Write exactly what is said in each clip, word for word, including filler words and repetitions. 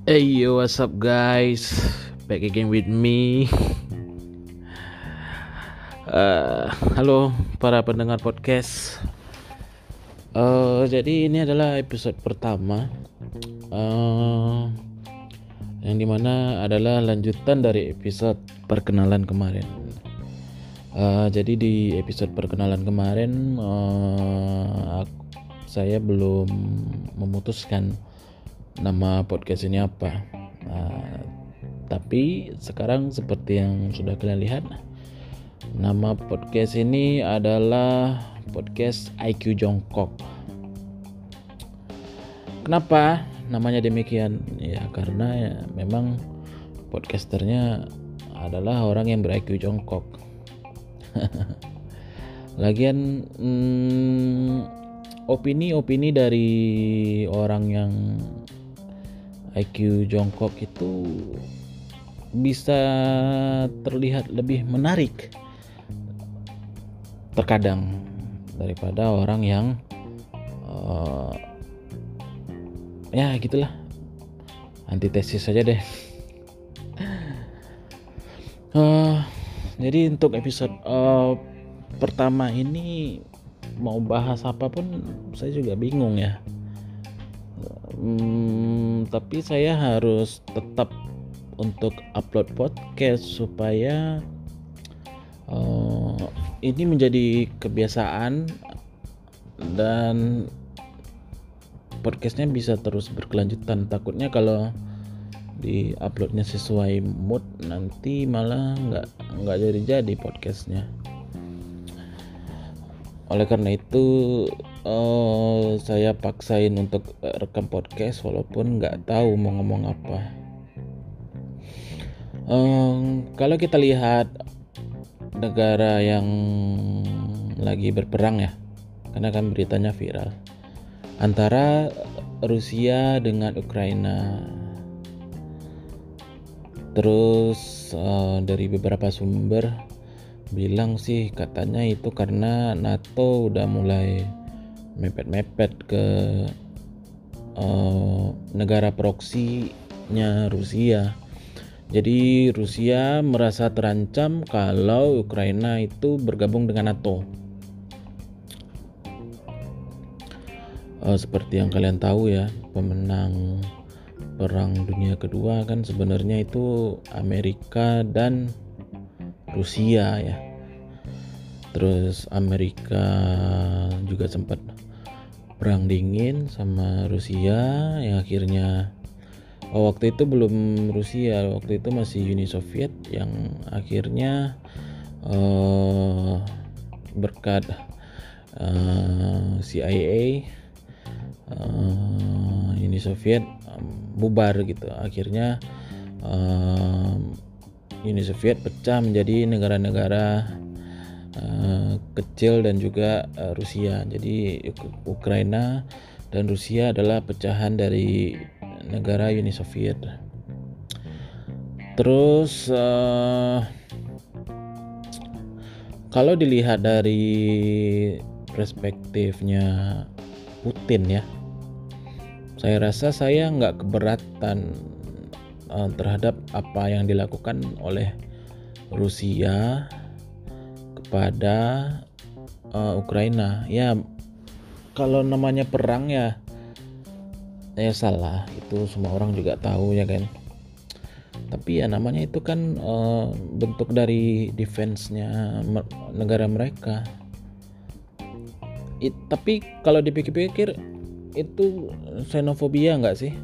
Hey yo, what's up guys? Back again with me. Uh, halo para pendengar podcast. Uh, jadi ini adalah episode pertama, uh, yang dimana adalah lanjutan dari episode perkenalan kemarin. Uh, jadi di episode perkenalan kemarin, uh, aku, saya belum memutuskan nama podcast ini apa. Nah, tapi sekarang seperti yang sudah kalian lihat, nama podcast ini adalah podcast I Q Jongkok. Kenapa namanya demikian? Ya karena ya, memang podcasternya adalah orang yang ber-I Q jongkok. Lagian hmm, opini-opini dari orang yang I Q jongkok itu bisa terlihat lebih menarik terkadang daripada orang yang uh, ya gitulah, antitesis saja deh. uh, jadi untuk episode uh, pertama ini mau bahas apapun saya juga bingung ya. Hmm, tapi saya harus tetap untuk upload podcast supaya uh, ini menjadi kebiasaan dan podcastnya bisa terus berkelanjutan. Takutnya kalau di uploadnya sesuai mood nanti malah nggak nggak jadi jadi podcastnya. Oleh karena itu uh, saya paksain untuk rekam podcast walaupun nggak tahu mau ngomong apa. Um, kalau kita lihat negara yang lagi berperang ya, karena kan beritanya viral, antara Rusia dengan Ukraina. Terus uh, dari beberapa sumber bilang sih katanya itu karena NATO udah mulai mepet-mepet ke uh, negara proksinya Rusia. Jadi Rusia merasa terancam kalau Ukraina itu bergabung dengan NATO. Uh, seperti yang kalian tahu ya, pemenang Perang Dunia Kedua kan sebenarnya itu Amerika dan Rusia ya. Terus Amerika juga sempat perang dingin sama Rusia yang akhirnya oh, waktu itu belum Rusia, waktu itu masih Uni Soviet yang akhirnya uh, berkat uh, C I A uh, Uni Soviet um, bubar gitu. Akhirnya um, Uni Soviet pecah menjadi negara-negara uh, kecil dan juga uh, Rusia. Jadi Ukraina dan Rusia adalah pecahan dari negara Uni Soviet. Terus uh, kalau dilihat dari perspektifnya Putin ya, saya rasa saya nggak keberatan uh, terhadap apa yang dilakukan oleh Rusia kepada uh, Ukraina. Ya kalau namanya perang ya ya salah, itu semua orang juga tahu ya kan. Tapi ya namanya itu kan uh, bentuk dari defense-nya negara mereka. It, tapi kalau dipikir-pikir itu xenofobia nggak sih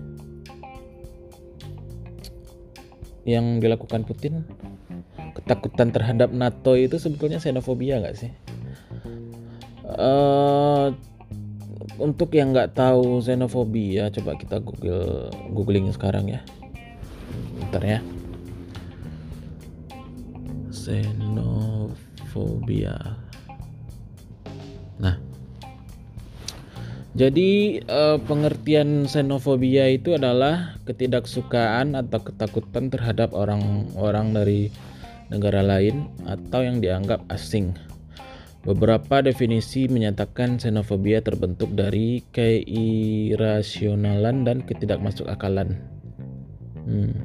yang dilakukan Putin? Ketakutan terhadap NATO itu sebetulnya xenofobia nggak sih? Uh, untuk yang nggak tahu xenofobia, coba kita google googling sekarang ya. Bentar ya. Xenofobia. Nah, jadi eh, pengertian xenofobia itu adalah ketidaksukaan atau ketakutan terhadap orang-orang dari negara lain atau yang dianggap asing. Beberapa definisi menyatakan xenofobia terbentuk dari keirasionalan dan ketidakmasukakalan. Hmm.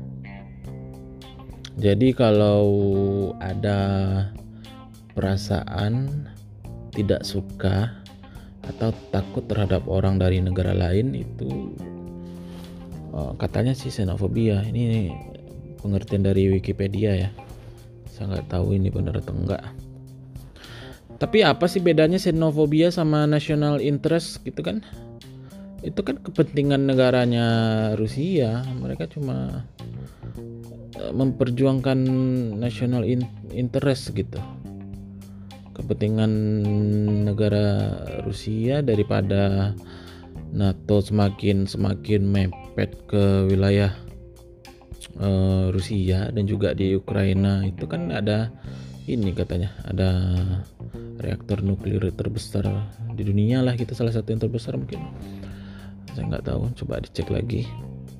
Jadi kalau ada perasaan tidak suka atau takut terhadap orang dari negara lain itu uh, katanya sih xenofobia. Ini pengertian dari Wikipedia ya. Saya nggak tahu ini benar atau enggak. Tapi apa sih bedanya xenofobia sama national interest gitu kan? Itu kan kepentingan negaranya Rusia. Mereka cuma memperjuangkan national interest gitu, kepentingan negara Rusia daripada NATO semakin semakin mepet ke wilayah uh, Rusia. Dan juga di Ukraina itu kan ada ini katanya ada reaktor nuklir terbesar di dunia lah gitu, salah satu yang terbesar mungkin, saya nggak tahu, coba dicek lagi.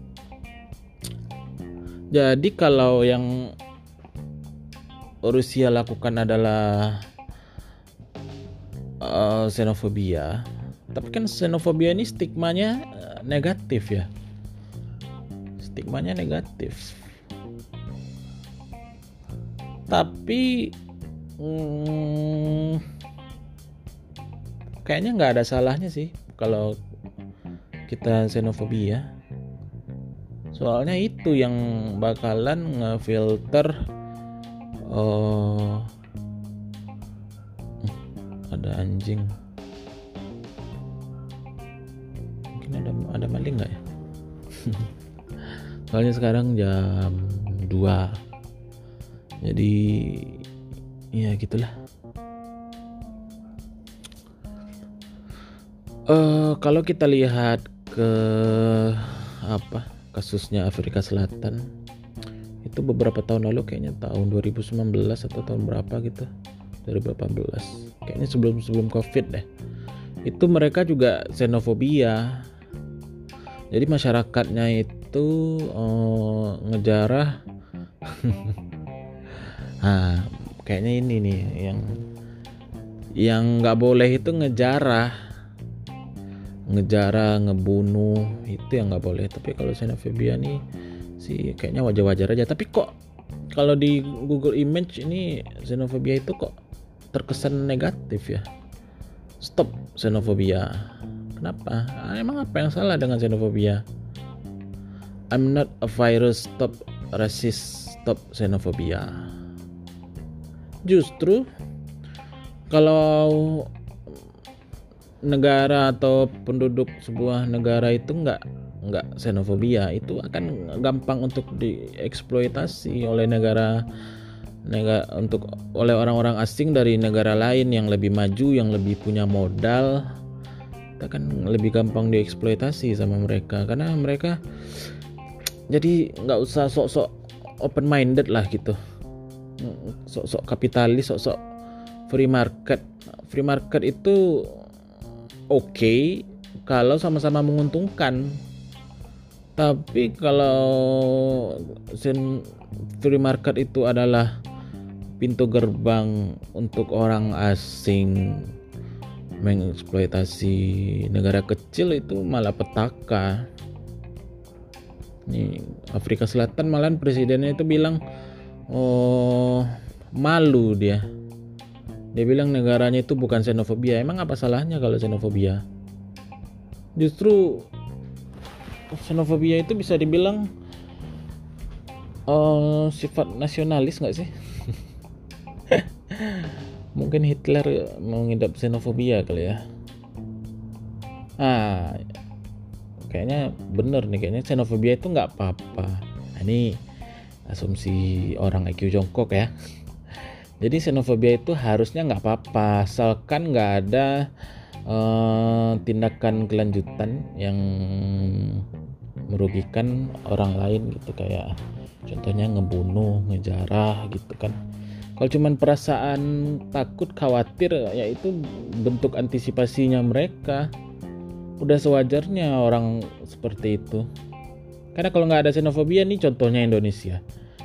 Jadi kalau yang Rusia lakukan adalah uh, xenofobia, tapi kan xenofobia ini stigmanya uh, negatif ya, stigmanya negatif. Tapi hmm, kayaknya nggak ada salahnya sih kalau kita xenofobia. Soalnya itu yang bakalan ngefilter oh, ada anjing. Mungkin ada ada maling nggak ya? Soalnya sekarang jam dua. Jadi ya gitulah. Uh, kalau kita lihat ke apa kasusnya Afrika Selatan itu beberapa tahun lalu, kayaknya tahun dua ribu sembilan belas atau tahun berapa gitu, dua ribu delapan belas kayaknya, sebelum sebelum COVID deh, itu mereka juga xenofobia. Jadi masyarakatnya itu oh, ngejarah nah kayaknya ini nih yang yang nggak boleh itu ngejarah ngejarah, ngebunuh, itu yang nggak boleh. Tapi kalau xenofobia nih sih kayaknya wajar-wajar aja. Tapi kok kalau di Google Image ini xenofobia itu kok terkesan negatif ya. Stop xenofobia. Kenapa? Ah, emang apa yang salah dengan xenofobia? I'm not a virus, stop racist, stop xenofobia. Justru kalau negara atau penduduk sebuah negara itu nggak nggak xenofobia, itu akan gampang untuk dieksploitasi oleh negara negara untuk oleh orang-orang asing dari negara lain yang lebih maju, yang lebih punya modal. Kita kan lebih gampang dieksploitasi sama mereka karena mereka jadi nggak usah sok-sok open minded lah gitu, sok-sok kapitalis, sok-sok free market. Free market itu oke okay, kalau sama-sama menguntungkan. Tapi kalau free market itu adalah pintu gerbang untuk orang asing mengeksploitasi negara kecil, itu malah petaka. Nih Afrika Selatan malahan presidennya itu bilang oh malu dia. Dia bilang negaranya itu bukan xenofobia. Emang apa salahnya kalau xenofobia? Justru xenofobia itu bisa dibilang uh, sifat nasionalis gak sih? Mungkin Hitler mengidap xenofobia kali ya. Ah, kayaknya bener nih, kayaknya xenofobia itu gak apa-apa. Nah, ini asumsi orang I Q jongkok ya. Jadi xenofobia itu harusnya nggak apa-apa, asalkan nggak ada uh, tindakan kelanjutan yang merugikan orang lain gitu, kayak contohnya ngebunuh, ngejarah gitu kan. Kalau cuman perasaan takut, khawatir, ya itu bentuk antisipasinya mereka. Udah sewajarnya orang seperti itu. Karena kalau nggak ada xenofobia nih, contohnya Indonesia.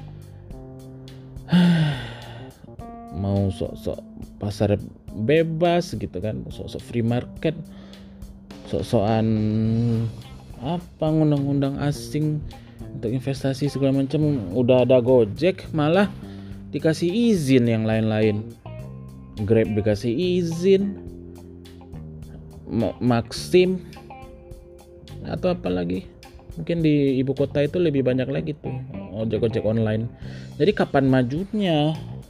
Mau sok-sok pasar bebas gitu kan, sok-sok free market, sok-sokan apa undang-undang asing untuk investasi segala macam udah ada Gojek, malah dikasih izin yang lain-lain. Grab dikasih izin, Maxim atau apa lagi, mungkin di ibu kota itu lebih banyak lagi tuh ojek-ojek online. Jadi kapan majunya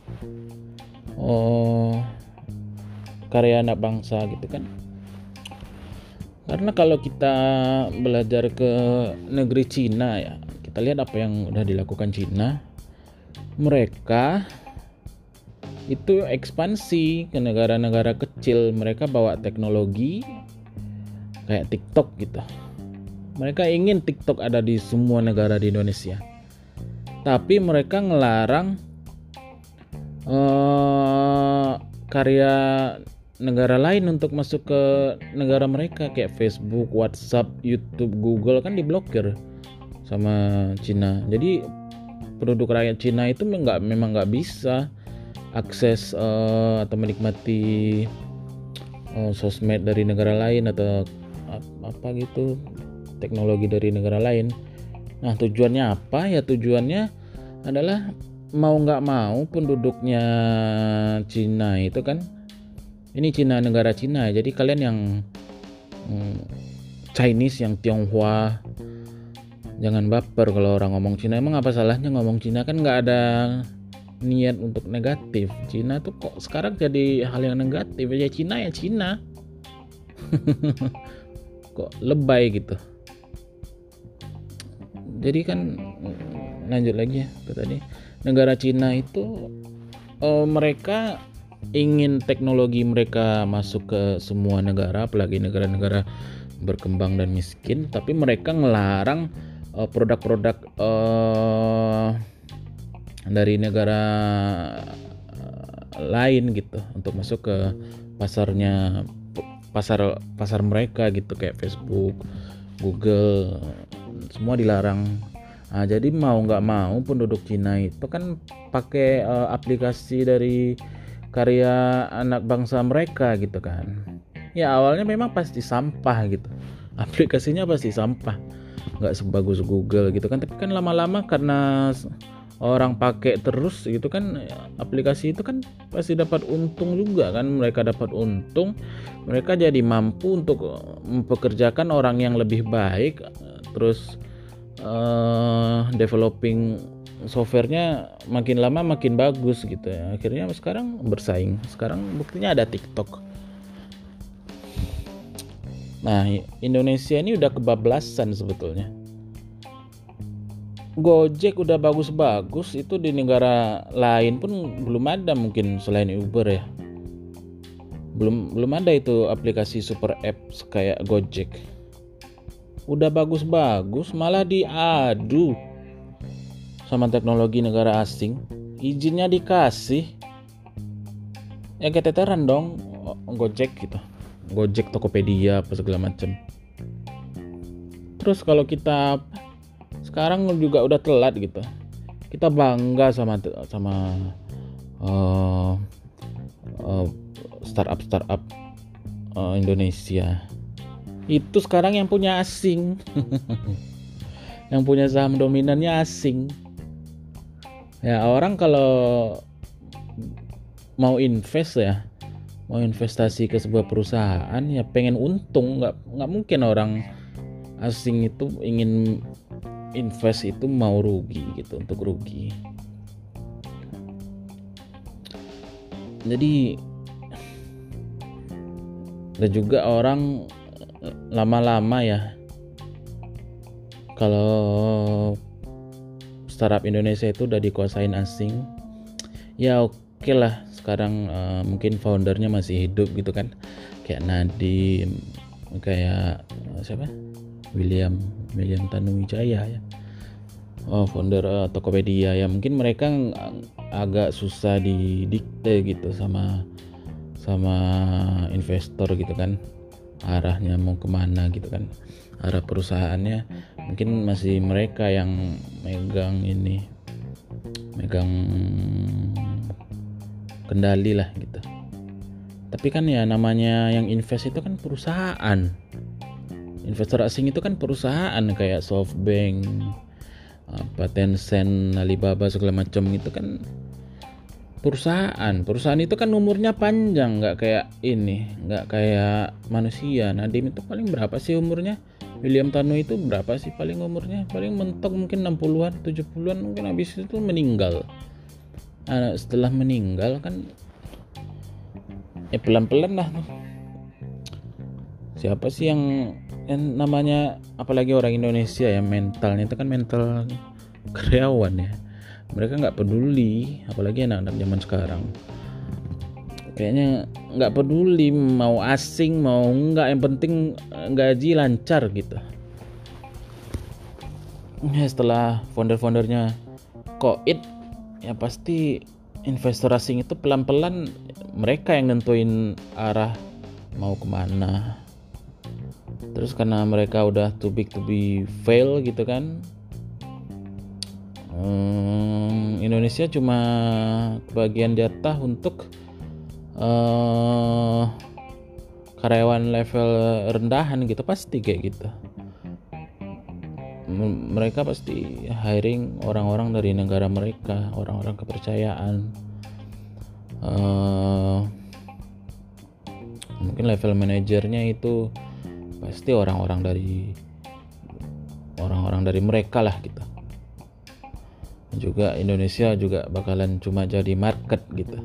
oh karya anak bangsa gitu kan? Karena kalau kita belajar ke negeri Cina ya, kita lihat apa yang udah dilakukan Cina. Mereka itu ekspansi ke negara-negara kecil. Mereka bawa teknologi kayak TikTok gitu. Mereka ingin TikTok ada di semua negara di Indonesia. Tapi mereka ngelarang uh, karya negara lain untuk masuk ke negara mereka, kayak Facebook, WhatsApp, YouTube, Google kan diblokir sama Cina. Jadi produk rakyat Cina itu enggak, memang nggak bisa akses uh, atau menikmati uh, sosmed dari negara lain atau apa gitu, teknologi dari negara lain. Nah tujuannya apa ya? Tujuannya adalah mau nggak mau penduduknya Cina itu kan, ini Cina, negara Cina, jadi kalian yang hmm, Chinese, yang Tionghoa, jangan baper kalau orang ngomong Cina. Emang apa salahnya ngomong Cina? Kan nggak ada niat untuk negatif. Cina tuh kok sekarang jadi hal yang negatif. Ya Cina ya Cina. Kok lebay gitu. Jadi kan lanjut lagi ya ke tadi, negara Cina itu oh, mereka ingin teknologi mereka masuk ke semua negara, apalagi negara-negara berkembang dan miskin, tapi mereka ngelarang uh, produk-produk uh, dari negara uh, lain gitu untuk masuk ke pasarnya, pasar pasar mereka gitu, kayak Facebook, Google, semua dilarang. Nah, jadi mau nggak mau penduduk Cina itu kan pakai uh, aplikasi dari karya anak bangsa mereka gitu kan. Ya awalnya memang pasti sampah gitu, aplikasinya pasti sampah, nggak sebagus Google gitu kan. Tapi kan lama-lama karena orang pakai terus gitu kan, aplikasi itu kan pasti dapat untung juga kan. Mereka dapat untung, mereka jadi mampu untuk mempekerjakan orang yang lebih baik, terus uh, developing softwarenya makin lama makin bagus gitu ya. Akhirnya sekarang bersaing. Sekarang buktinya ada TikTok. Nah, Indonesia ini udah kebablasan sebetulnya. Gojek udah bagus-bagus, itu di negara lain pun belum ada mungkin selain Uber ya. Belum belum ada itu aplikasi super apps kayak Gojek. Udah bagus-bagus malah diadu sama teknologi negara asing, izinnya dikasih ya keteteran dong. Gojek gitu, Gojek, Tokopedia apa segala macam. Terus kalau kita sekarang juga udah telat gitu, kita bangga sama sama uh, uh, startup startup uh, Indonesia itu sekarang yang punya asing. Yang punya saham dominannya asing. Ya orang kalau mau invest ya, mau investasi ke sebuah perusahaan ya pengen untung, nggak nggak mungkin orang asing itu ingin invest itu mau rugi gitu, untuk rugi. Jadi ada juga orang lama-lama ya, kalau startup Indonesia itu udah dikuasain asing, ya oke okay lah. Sekarang uh, mungkin foundernya masih hidup gitu kan, kayak Nadiem, kayak uh, siapa, William William Tanuwijaya ya, oh founder uh, Tokopedia ya. Mungkin mereka agak susah didikte gitu sama sama investor gitu kan, arahnya mau kemana gitu kan, arah perusahaannya mungkin masih mereka yang megang ini, megang kendali lah gitu. Tapi kan ya namanya yang invest itu kan perusahaan, investor asing itu kan perusahaan kayak SoftBank, apa Tencent, Alibaba segala macam itu kan perusahaan. Perusahaan itu kan umurnya panjang, nggak kayak ini, nggak kayak manusia. Nadiem itu paling berapa sih umurnya? William Tanu itu berapa sih paling umurnya? Paling mentok mungkin enam puluhan, tujuh puluhan, mungkin habis itu meninggal. Nah, setelah meninggal kan ya pelan-pelan lah tuh. Siapa sih yang, yang namanya, apalagi orang Indonesia ya, mentalnya itu kan mental karyawan ya. Mereka nggak peduli, apalagi anak-anak zaman sekarang. Kayaknya nggak peduli mau asing mau nggak, yang penting gaji lancar gitu. Ya, setelah founder-foundernya koit, ya pasti investor asing itu pelan-pelan mereka yang nentuin arah mau kemana. Terus karena mereka udah too big to be fail gitu kan, hmm, Indonesia cuma kebagian jatah untuk uh, karyawan level rendahan gitu, pasti kayak gitu. M- mereka pasti hiring orang-orang dari negara mereka, orang-orang kepercayaan. Uh, mungkin level manajernya itu pasti orang-orang dari orang-orang dari mereka lah gitu. Juga Indonesia juga bakalan cuma jadi market gitu.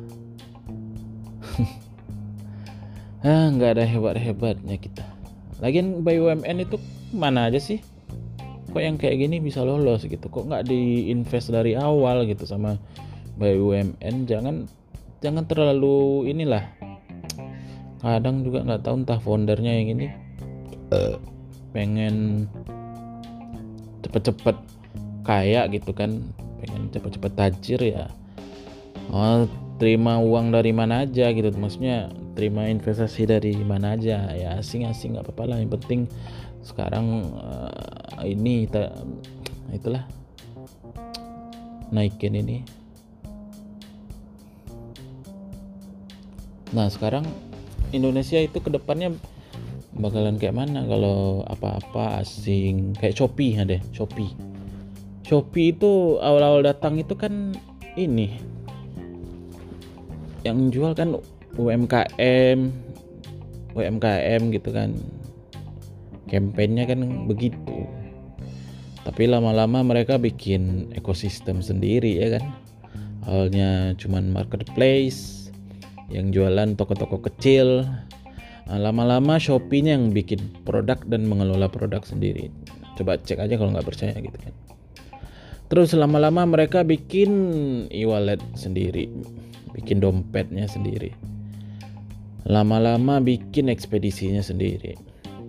Ah, nggak ada hebat-hebatnya kita. Lagian B U M N itu mana aja sih? Kok yang kayak gini bisa lolos gitu? Kok nggak diinvest dari awal gitu sama B U M N? Jangan jangan terlalu inilah. Kadang juga nggak tahu entah foundernya yang ini Uh, pengen cepet-cepet kaya gitu kan, pengen cepet-cepet tajir ya, oh terima uang dari mana aja gitu, maksudnya terima investasi dari mana aja ya, asing-asing nggak apa-apa lah, yang penting sekarang uh, ini ta, itulah naikin ini. Nah sekarang Indonesia itu kedepannya bakalan kayak mana kalau apa-apa asing, kayak Shopee ya deh. Shopee Shopee itu awal-awal datang itu kan ini yang jual kan U M K M U M K M gitu kan, kampanyenya kan begitu. Tapi lama-lama mereka bikin ekosistem sendiri ya kan. Awalnya cuman marketplace yang jualan toko-toko kecil. Nah, lama-lama Shopee-nya yang bikin produk dan mengelola produk sendiri. Coba cek aja kalau nggak percaya gitu kan. Terus lama-lama mereka bikin e-wallet sendiri, bikin dompetnya sendiri. Lama-lama bikin ekspedisinya sendiri.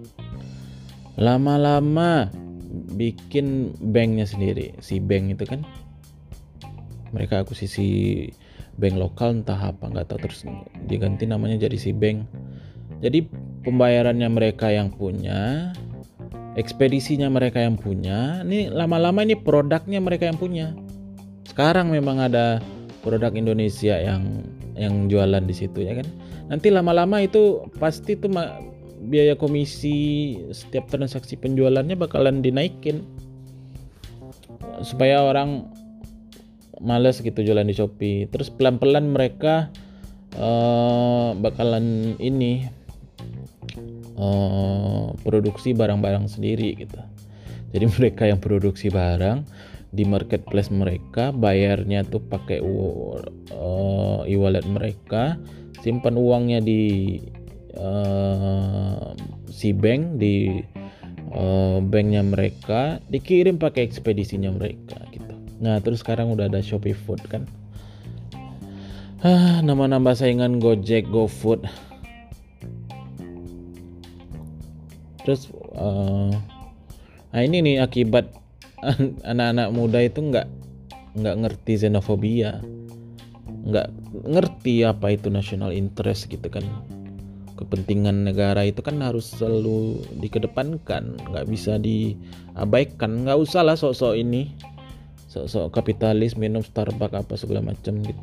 Lama-lama bikin banknya sendiri. Si bank itu kan, mereka akuisisi bank lokal entah apa nggak tahu, terus diganti namanya jadi si bank. Jadi pembayarannya mereka yang punya, ekspedisinya mereka yang punya. Ini lama-lama ini produknya mereka yang punya. Sekarang memang ada produk Indonesia yang yang jualan di situ ya kan. Nanti lama-lama itu pasti tuh biaya komisi setiap transaksi penjualannya bakalan dinaikin supaya orang males gitu jualan di Shopee. Terus pelan-pelan mereka uh, bakalan ini Uh, produksi barang-barang sendiri gitu. Jadi mereka yang produksi barang di marketplace mereka, bayarnya tuh pakai uh, e-wallet mereka, simpan uangnya di uh, si bank, di uh, banknya mereka, dikirim pakai ekspedisinya mereka gitu. Nah terus sekarang udah ada Shopee Food kan. Ah, nama-nama saingan Gojek, GoFood. Terus uh, nah ini nih akibat anak-anak muda itu nggak nggak ngerti xenofobia, nggak ngerti apa itu national interest gitu kan. Kepentingan negara itu kan harus selalu dikedepankan, nggak bisa diabaikan. Nggak usah lah sok-sok ini, sok-sok kapitalis minum Starbucks apa segala macam gitu.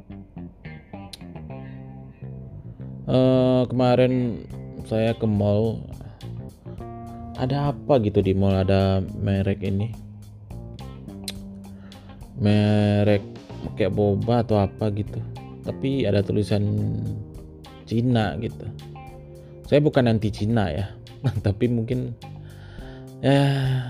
Uh, kemarin saya ke mall, ada apa gitu di mall, ada merek ini merek kayak boba atau apa gitu, tapi ada tulisan Cina gitu. Saya bukan anti Cina ya, tapi mungkin ya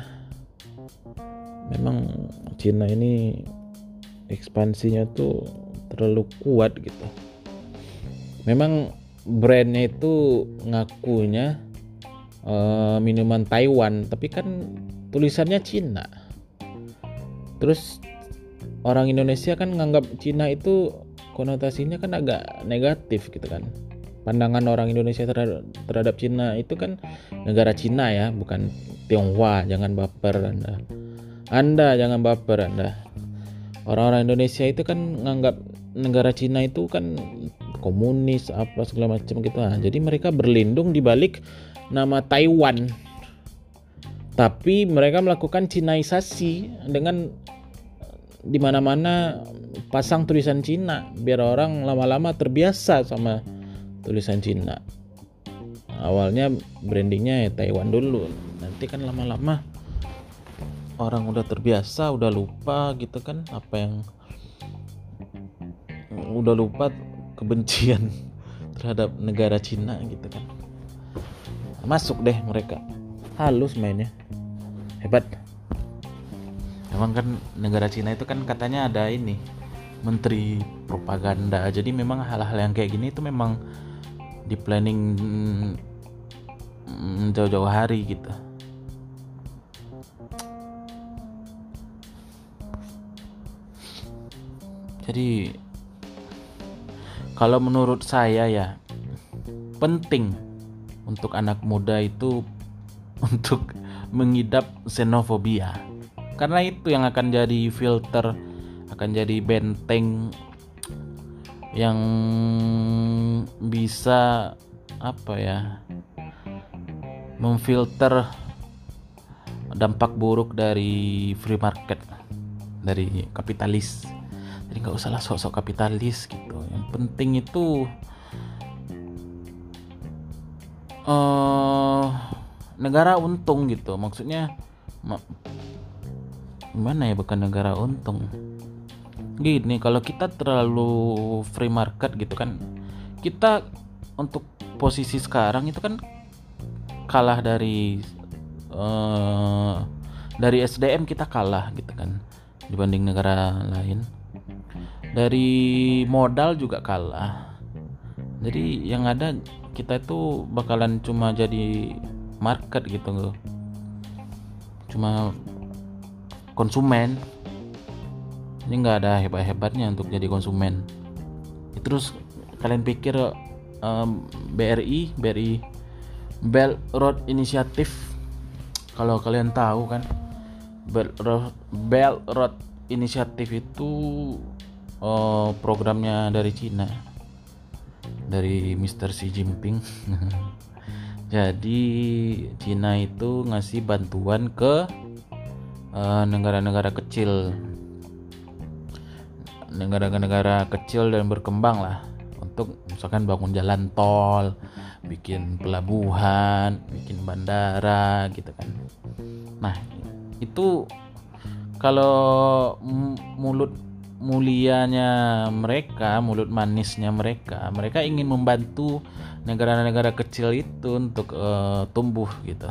memang Cina ini ekspansinya tuh terlalu kuat gitu. Memang brandnya itu ngakunya uh, minuman Taiwan, tapi kan tulisannya Cina. Terus orang Indonesia kan nganggap Cina itu konotasinya kan agak negatif gitu kan. Pandangan orang Indonesia terhadap, terhadap Cina itu kan negara Cina ya, bukan Tionghoa. Jangan baper Anda. Anda jangan baper Anda. Orang-orang Indonesia itu kan nganggap negara Cina itu kan komunis apa segala macam gitu. Nah, jadi mereka berlindung di balik nama Taiwan. Tapi mereka melakukan Cinaisasi dengan di mana-mana pasang tulisan Cina biar orang lama-lama terbiasa sama tulisan Cina. Awalnya brandingnya ya Taiwan dulu, nanti kan lama-lama orang udah terbiasa, udah lupa gitu kan apa yang udah lupa kebencian terhadap negara Cina gitu kan. Masuk deh mereka, halus mainnya, hebat. Memang kan negara Cina itu kan katanya ada ini menteri propaganda, jadi memang hal-hal yang kayak gini itu memang di planning mm, jauh-jauh hari gitu. Jadi kalau menurut saya ya penting untuk anak muda itu untuk mengidap xenofobia, karena itu yang akan jadi filter, akan jadi benteng yang bisa apa ya, memfilter dampak buruk dari free market, dari kapitalis. Jadi nggak usah lah sok-sok kapitalis gitu. Yang penting itu uh, negara untung gitu. Maksudnya ma- gimana ya, bukan negara untung. Gini, kalau kita terlalu free market gitu kan, kita untuk posisi sekarang itu kan kalah dari uh, dari S D M, kita kalah gitu kan dibanding negara lain. Dari modal juga kalah. Jadi yang ada kita itu bakalan cuma jadi market gitu, cuma konsumen. Ini nggak ada hebat-hebatnya untuk jadi konsumen. Terus kalian pikir um, B R I B R I Belt Road Initiative, kalau kalian tahu kan, Belt Road, Belt Road Initiative itu uh, programnya dari Cina, dari mister Xi Jinping. Jadi Cina itu ngasih bantuan ke uh, negara-negara kecil, negara-negara kecil dan berkembang lah, untuk misalkan bangun jalan tol, bikin pelabuhan, bikin bandara gitu kan. Nah itu kalau mulut mulianya mereka, mulut manisnya mereka, mereka ingin membantu negara-negara kecil itu untuk uh, tumbuh gitu.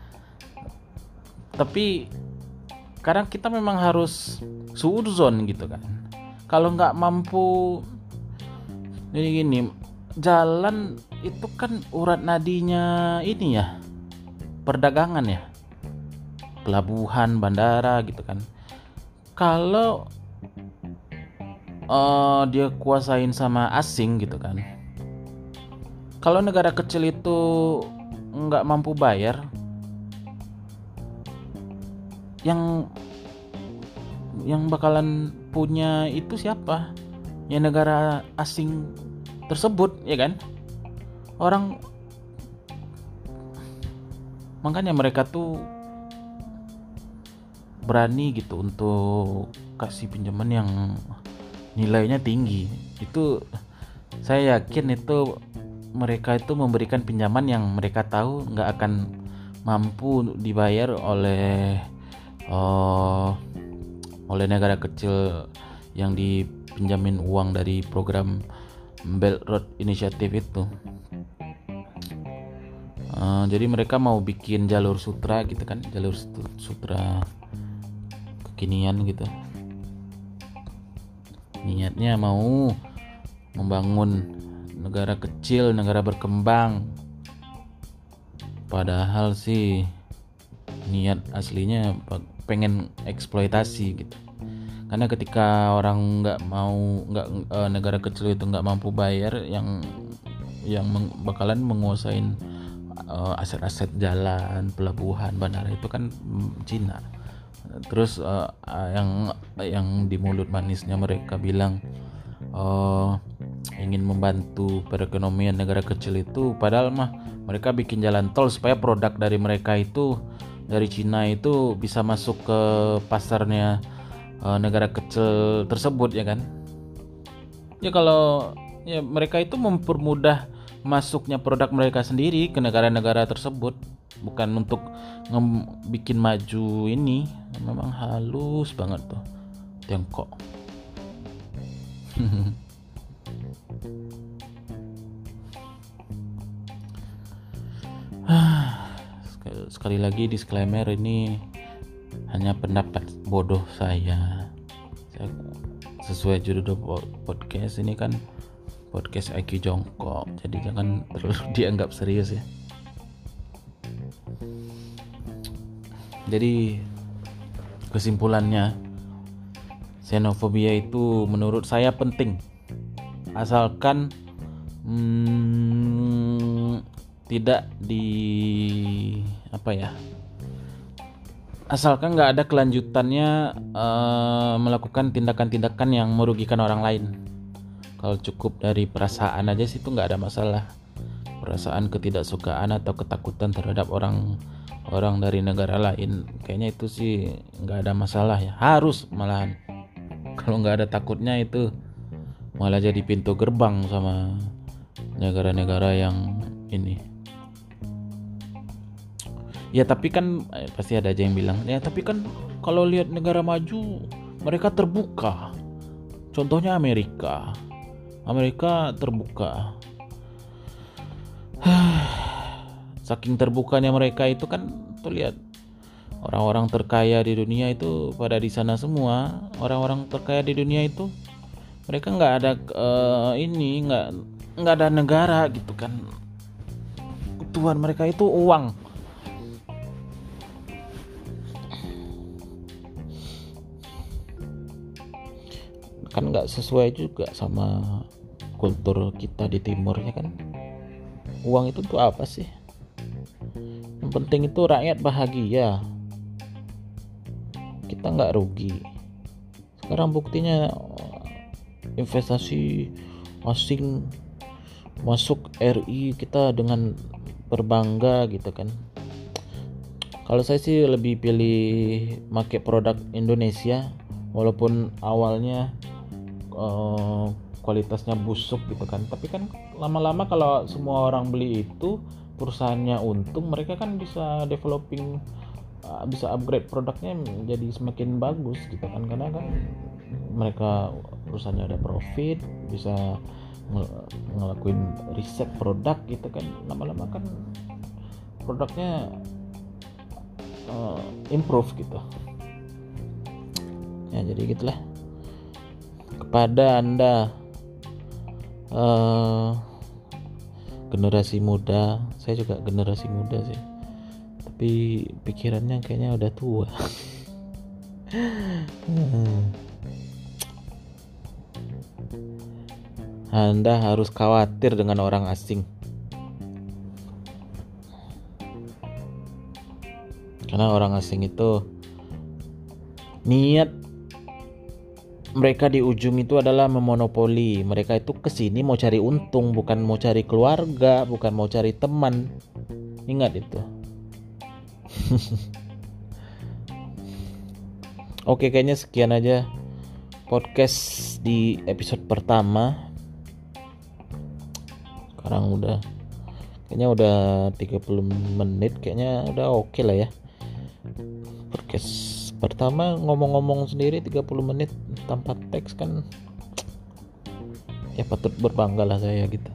Tapi kadang kita memang harus suudzon gitu kan. Kalau nggak mampu ini gini, jalan itu kan urat nadinya ini ya, perdagangan ya, pelabuhan, bandara gitu kan. Kalau uh, dia kuasain sama asing gitu kan, kalau negara kecil itu nggak mampu bayar, yang yang bakalan punya itu siapa? Ya negara asing tersebut, ya kan? Orang, makanya mereka tuh berani gitu untuk kasih pinjaman yang nilainya tinggi. Itu saya yakin itu mereka itu memberikan pinjaman yang mereka tahu nggak akan mampu dibayar oleh oh, oleh negara kecil yang dipinjamin uang dari program Belt Road Initiative itu. Uh, jadi mereka mau bikin jalur sutra gitu kan, jalur sutra kekinian gitu. Niatnya mau membangun negara kecil, negara berkembang. Padahal sih niat aslinya pengen eksploitasi gitu. Karena ketika orang nggak mau, nggak e, negara kecil itu nggak mampu bayar, yang yang meng, bakalan menguasain e, aset-aset jalan, pelabuhan, bandara itu kan Cina. Terus e, yang yang di mulut manisnya mereka bilang e, ingin membantu perekonomian negara kecil itu, padahal mah mereka bikin jalan tol supaya produk dari mereka itu, dari Cina itu bisa masuk ke pasarnya uh, negara kecil tersebut, ya kan? Ya kalau ya mereka itu mempermudah masuknya produk mereka sendiri ke negara-negara tersebut, bukan untuk nge- bikin maju ini. Memang halus banget tuh Tiongkok. Sekali lagi disclaimer, ini hanya pendapat bodoh saya. saya sesuai judul podcast ini kan podcast I Q jongkok, jadi jangan terlalu dianggap serius ya. Jadi kesimpulannya, xenofobia itu menurut saya penting, asalkan hmm, tidak di apa ya asalkan nggak ada kelanjutannya uh, melakukan tindakan-tindakan yang merugikan orang lain. Kalau cukup dari perasaan aja sih itu nggak ada masalah. Perasaan ketidaksukaan atau ketakutan terhadap orang orang dari negara lain, kayaknya itu sih nggak ada masalah ya. Harus malahan, kalau nggak ada takutnya itu malah jadi pintu gerbang sama negara-negara yang ini. Ya tapi kan eh, pasti ada aja yang bilang, ya tapi kan kalau lihat negara maju mereka terbuka. Contohnya Amerika. Amerika terbuka. Saking terbukanya mereka itu kan, tuh lihat orang-orang terkaya di dunia itu pada di sana semua. Orang-orang terkaya di dunia itu mereka nggak ada uh, ini nggak nggak ada negara gitu kan. Tuhan mereka itu uang. Kan nggak sesuai juga sama kultur kita di timur, ya kan. Uang itu tuh apa sih? Yang penting itu rakyat bahagia, kita nggak rugi. Sekarang buktinya investasi asing masuk R I, kita dengan berbangga gitu kan. Kalau saya sih lebih pilih pakai produk Indonesia, walaupun awalnya Uh, kualitasnya busuk gitu kan, tapi kan lama-lama kalau semua orang beli itu, perusahaannya untung, mereka kan bisa developing, uh, bisa upgrade produknya menjadi semakin bagus gitu kan, karena kan mereka perusahaannya ada profit, bisa ng- ngelakuin riset produk gitu kan, lama-lama kan produknya uh, improve gitu ya. Jadi gitulah. Kepada Anda uh, generasi muda, saya juga generasi muda sih, tapi pikirannya kayaknya udah tua. Anda harus khawatir dengan orang asing, karena orang asing itu niat mereka di ujung itu adalah memonopoli. Mereka itu kesini mau cari untung, bukan mau cari keluarga, bukan mau cari teman. Ingat itu. Oke, kayaknya sekian aja podcast di episode pertama. Sekarang udah kayaknya udah tiga puluh menit, kayaknya udah oke lah ya podcast Pertama ngomong-ngomong sendiri tiga puluh menit tanpa teks kan, ya patut berbangga lah saya gitu.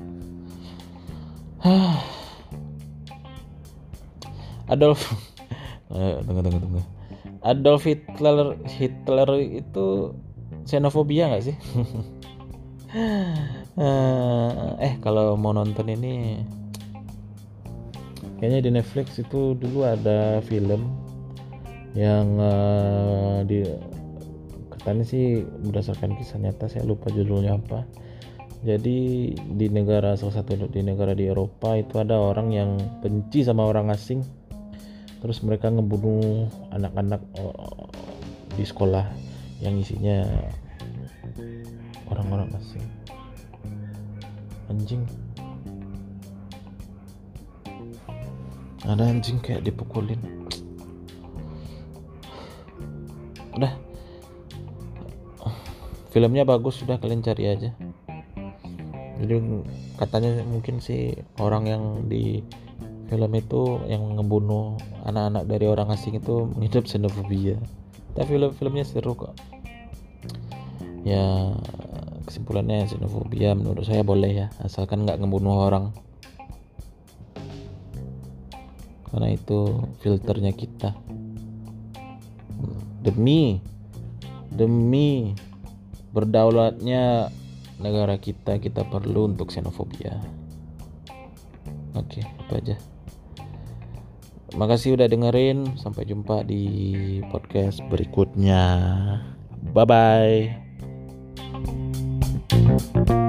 Adolf eh, tunggu tunggu tunggu Adolf Hitler Hitler itu xenofobia nggak sih? eh kalau mau nonton ini kayaknya di Netflix itu dulu ada film yang uh, di katanya sih berdasarkan kisah nyata, saya lupa judulnya apa. Jadi di negara salah satu di negara di Eropa itu ada orang yang benci sama orang asing, terus mereka ngebunuh anak-anak uh, di sekolah yang isinya orang-orang asing. Anjing, ada anjing kayak dipukulin. Udah, filmnya bagus, sudah kalian cari aja. Jadi katanya mungkin sih orang yang di film itu yang ngebunuh anak-anak dari orang asing itu mengidap xenofobia. Tapi film-filmnya seru kok. Ya kesimpulannya xenofobia menurut saya boleh ya, asalkan nggak ngebunuh orang. Karena itu filternya kita. Demi demi berdaulatnya negara kita, kita perlu untuk xenofobia. Oke, itu aja. Makasih udah dengerin. Sampai jumpa di podcast berikutnya. Bye bye.